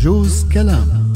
جوز كلام.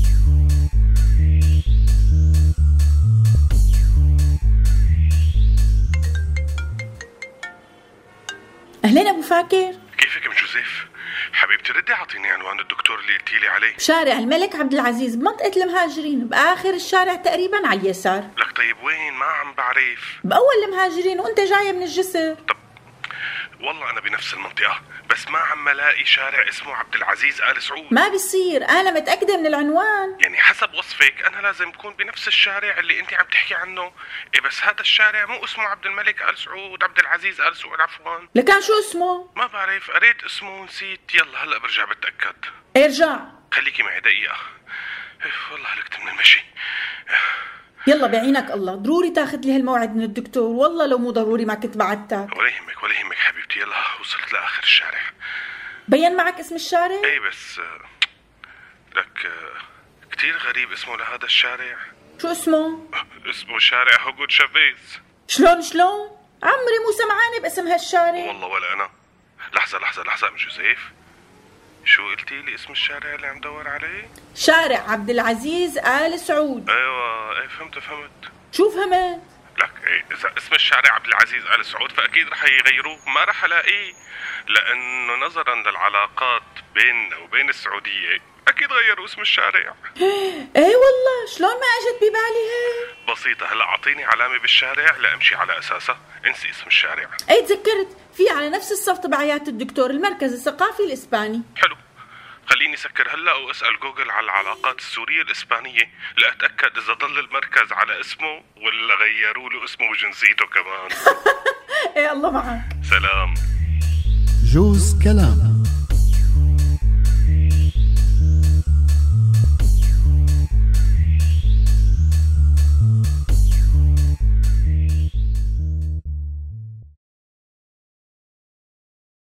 أهلين أبو فاكر، كيفك ام جوزيف؟ حبيبتي ردي اعطيني عنوان الدكتور اللي قلتيلي عليه. شارع الملك عبد العزيز بمنطقة المهاجرين، بآخر الشارع تقريبا على اليسار. لك طيب وين؟ ما عم بعرف. بأول المهاجرين وانت جاية من الجسر. طب والله انا بنفس المنطقة، بس ما عم الاقي شارع اسمه عبد العزيز آل سعود. ما بيصير، أنا متأكدة من العنوان. يعني حسب وصفك انا لازم اكون بنفس الشارع اللي انت عم تحكي عنه. بس هذا الشارع مو اسمه عبد الملك آل سعود، عبد العزيز آل سعود عفوا. لكان شو اسمه؟ ما بعرف، قريت اسمه ونسيت. يلا هلا برجع بتأكد. ارجع. خليكي معي دقيقة. والله هلكت من المشي. يلا بعينك الله، ضروري تاخذ لي هالموعد من الدكتور، والله لو مو ضروري ما كنت بعتك. ولا يهمك ولا يهمك حبيبتي، يلا وصلت لآخر الشارع. بين معك اسم الشارع؟ اي بس لك كتير غريب اسمه لهذا الشارع. شو اسمه؟ اسمه شارع هوغو تشافيز. شلون؟ عمري مو سمعانة باسم هالشارع. والله ولا أنا. لحظة ام جوزيف، شو قلتي لي اسم الشارع اللي عم دور عليه؟ شارع عبد العزيز آل سعود. ايوه فهمت. شو فهمت؟ لك اذا اسم الشارع عبد العزيز آل سعود فاكيد رح يغيروه، ما رح الاقيه، لانه نظرا للعلاقات بيننا وبين السعودية اكيد غيروا اسم الشارع. ايه والله، شلون ما اجت ببالي هيك؟ بسيطة، هلا اعطيني علامة بالشارع لامشي على اساسها، انسي اسم الشارع. ايه تذكرت، في على نفس الصف تبعيات الدكتور، المركز الثقافي الاسباني. حلو، خليني سكر هلا واسأل جوجل على العلاقات السورية الإسبانية لأتأكد إذا ضل المركز على اسمه ولا غيروا له اسمه وجنسيته كمان. ايه الله معك. سلام. جوز كلام.